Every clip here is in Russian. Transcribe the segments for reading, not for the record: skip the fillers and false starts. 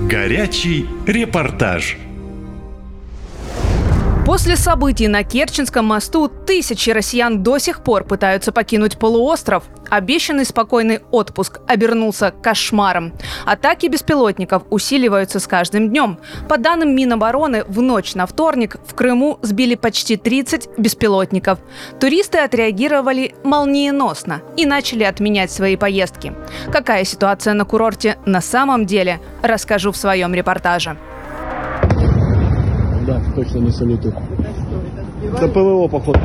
Горячий репортаж. После событий на Керченском мосту тысячи россиян до сих пор пытаются покинуть полуостров. Обещанный спокойный отпуск обернулся кошмаром. Атаки беспилотников усиливаются с каждым днем. По данным Минобороны, в ночь на вторник в Крыму сбили почти 30 беспилотников. Туристы отреагировали молниеносно и начали отменять свои поездки. Какая ситуация на курорте на самом деле, расскажу в своем репортаже. Да, точно не салютует. Это ПВО, походу.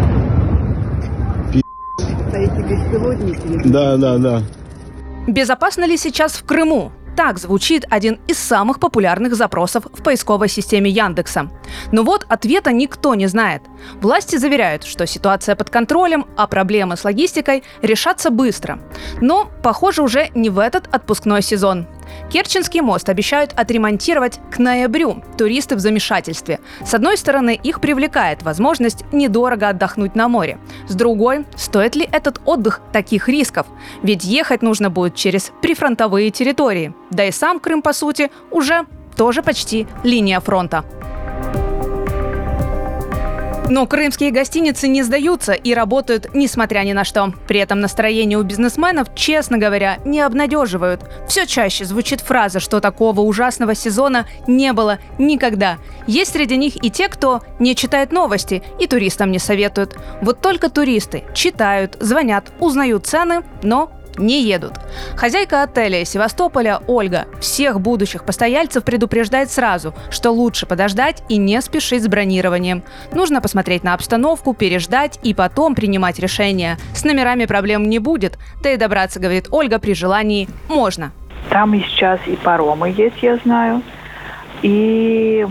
Эти беспилотники? Да. Безопасно ли сейчас в Крыму? Так звучит один из самых популярных запросов в поисковой системе Яндекса. Но вот ответа никто не знает. Власти заверяют, что ситуация под контролем, а проблемы с логистикой решатся быстро. Но, похоже, уже не в этот отпускной сезон. Керченский мост обещают отремонтировать к ноябрю. Туристы в замешательстве. С одной стороны, их привлекает возможность недорого отдохнуть на море. С другой, стоит ли этот отдых таких рисков? Ведь ехать нужно будет через прифронтовые территории. Да и сам Крым, по сути, уже тоже почти линия фронта. Но крымские гостиницы не сдаются и работают несмотря ни на что. При этом настроение у бизнесменов, честно говоря, не обнадеживают. Все чаще звучит фраза, что такого ужасного сезона не было никогда. Есть среди них и те, кто не читает новости и туристам не советуют. Вот только туристы читают, звонят, узнают цены, но не едут. Хозяйка отеля Севастополя Ольга всех будущих постояльцев предупреждает сразу, что лучше подождать и не спешить с бронированием. Нужно посмотреть на обстановку, переждать и потом принимать решение. С номерами проблем не будет, да и добраться, говорит Ольга, при желании можно. Там и сейчас и паромы есть, я знаю. И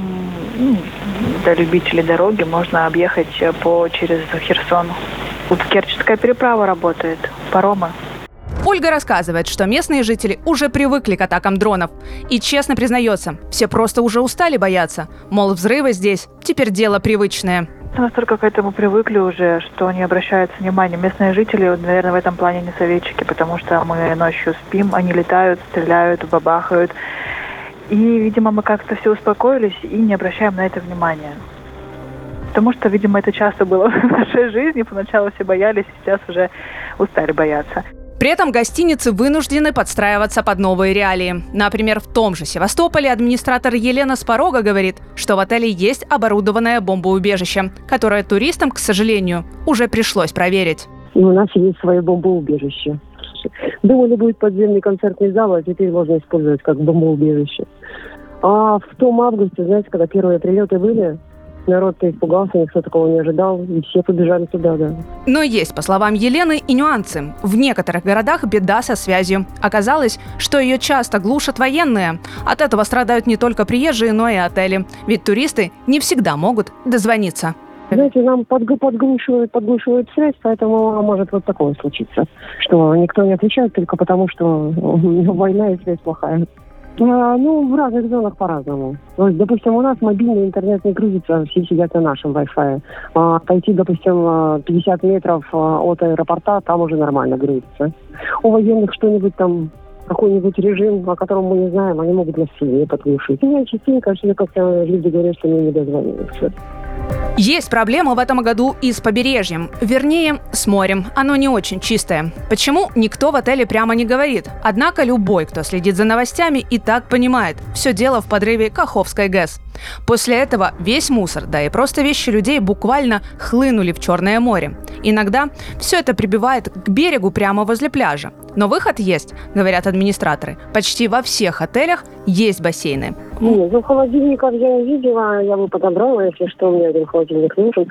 для любителей дороги можно объехать через Херсон. Тут Керченская переправа работает, паромы. Ольга рассказывает, что местные жители уже привыкли к атакам дронов. И честно признается, все просто уже устали бояться. Мол, взрывы здесь теперь дело привычное. Настолько к этому привыкли уже, что не обращаются внимания. Местные жители, наверное, в этом плане не советчики, потому что мы ночью спим, они летают, стреляют, бабахают. И, видимо, мы как-то все успокоились и не обращаем на это внимания. Потому что, видимо, это часто было в нашей жизни. Поначалу все боялись, сейчас уже устали бояться. При этом гостиницы вынуждены подстраиваться под новые реалии. Например, в том же Севастополе администратор Елена с порога говорит, что в отеле есть оборудованное бомбоубежище, которое туристам, к сожалению, уже пришлось проверить. И у нас есть свое бомбоубежище. Думали, будет подземный концертный зал, а теперь можно использовать как бомбоубежище. А в том августе, знаете, когда первые прилеты были, народ-то испугался, никто такого не ожидал, и все побежали туда, да. Но есть, по словам Елены, и нюансы. В некоторых городах беда со связью. Оказалось, что ее часто глушат военные. От этого страдают не только приезжие, но и отели. Ведь туристы не всегда могут дозвониться. Знаете, нам подглушивают связь, поэтому может вот такое случиться, что никто не отвечает только потому, что война и связь плохая. В разных зонах по-разному. То есть, допустим, у нас мобильный интернет не грузится, все сидят на нашем Wi-Fi. Отойти, допустим, 50 метров от аэропорта, там уже нормально грузится. У военных что-нибудь там, какой-нибудь режим, о котором мы не знаем, они могут нас сильнее подглушить. Меня частенько, как-то люди говорят, что мне не дозваниваются. Есть проблема в этом году и с побережьем. Вернее, с морем. Оно не очень чистое. Почему, никто в отеле прямо не говорит. Однако любой, кто следит за новостями, и так понимает. Все дело в подрыве Каховской ГЭС. После этого весь мусор, да и просто вещи людей буквально хлынули в Черное море. Иногда все это прибивает к берегу прямо возле пляжа. Но выход есть, говорят администраторы. Почти во всех отелях есть бассейны. Нет, холодильников я не видела, я бы подобрала, если что, мне один холодильник нужен.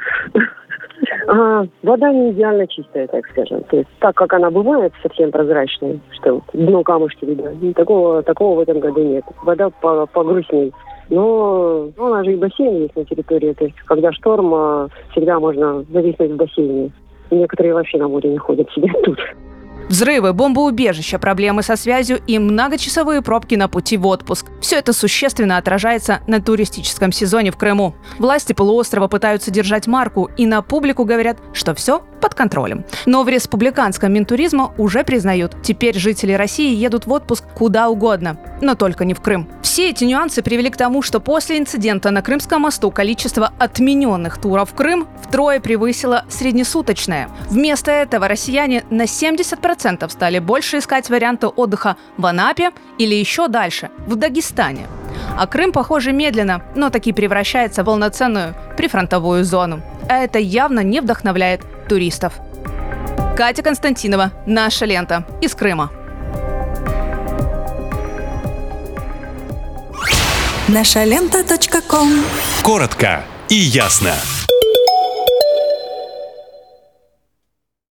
Вода не идеально чистая, так скажем. То есть так, как она бывает, совсем прозрачной, что дно камушки видно. Такого в этом году нет. Вода погрустней. Но у нас же и бассейн есть на территории. То есть когда шторм, всегда можно зависнуть в бассейне. Некоторые вообще на море не ходят, сидят тут. Взрывы, бомбоубежища, проблемы со связью и многочасовые пробки на пути в отпуск. Все это существенно отражается на туристическом сезоне в Крыму. Власти полуострова пытаются держать марку и на публику говорят, что все под контролем. Но в республиканском Минтуризма уже признают, теперь жители России едут в отпуск куда угодно, но только не в Крым. Все эти нюансы привели к тому, что после инцидента на Крымском мосту количество отмененных туров в Крым втрое превысило среднесуточное. Вместо этого россияне на 70% стали больше искать варианты отдыха в Анапе или еще дальше, в Дагестане. А Крым, похоже, медленно, но таки превращается в полноценную прифронтовую зону. А это явно не вдохновляет туристов. Катя Константинова, «Наша лента» из Крыма. Нашалента.ком. Коротко и ясно.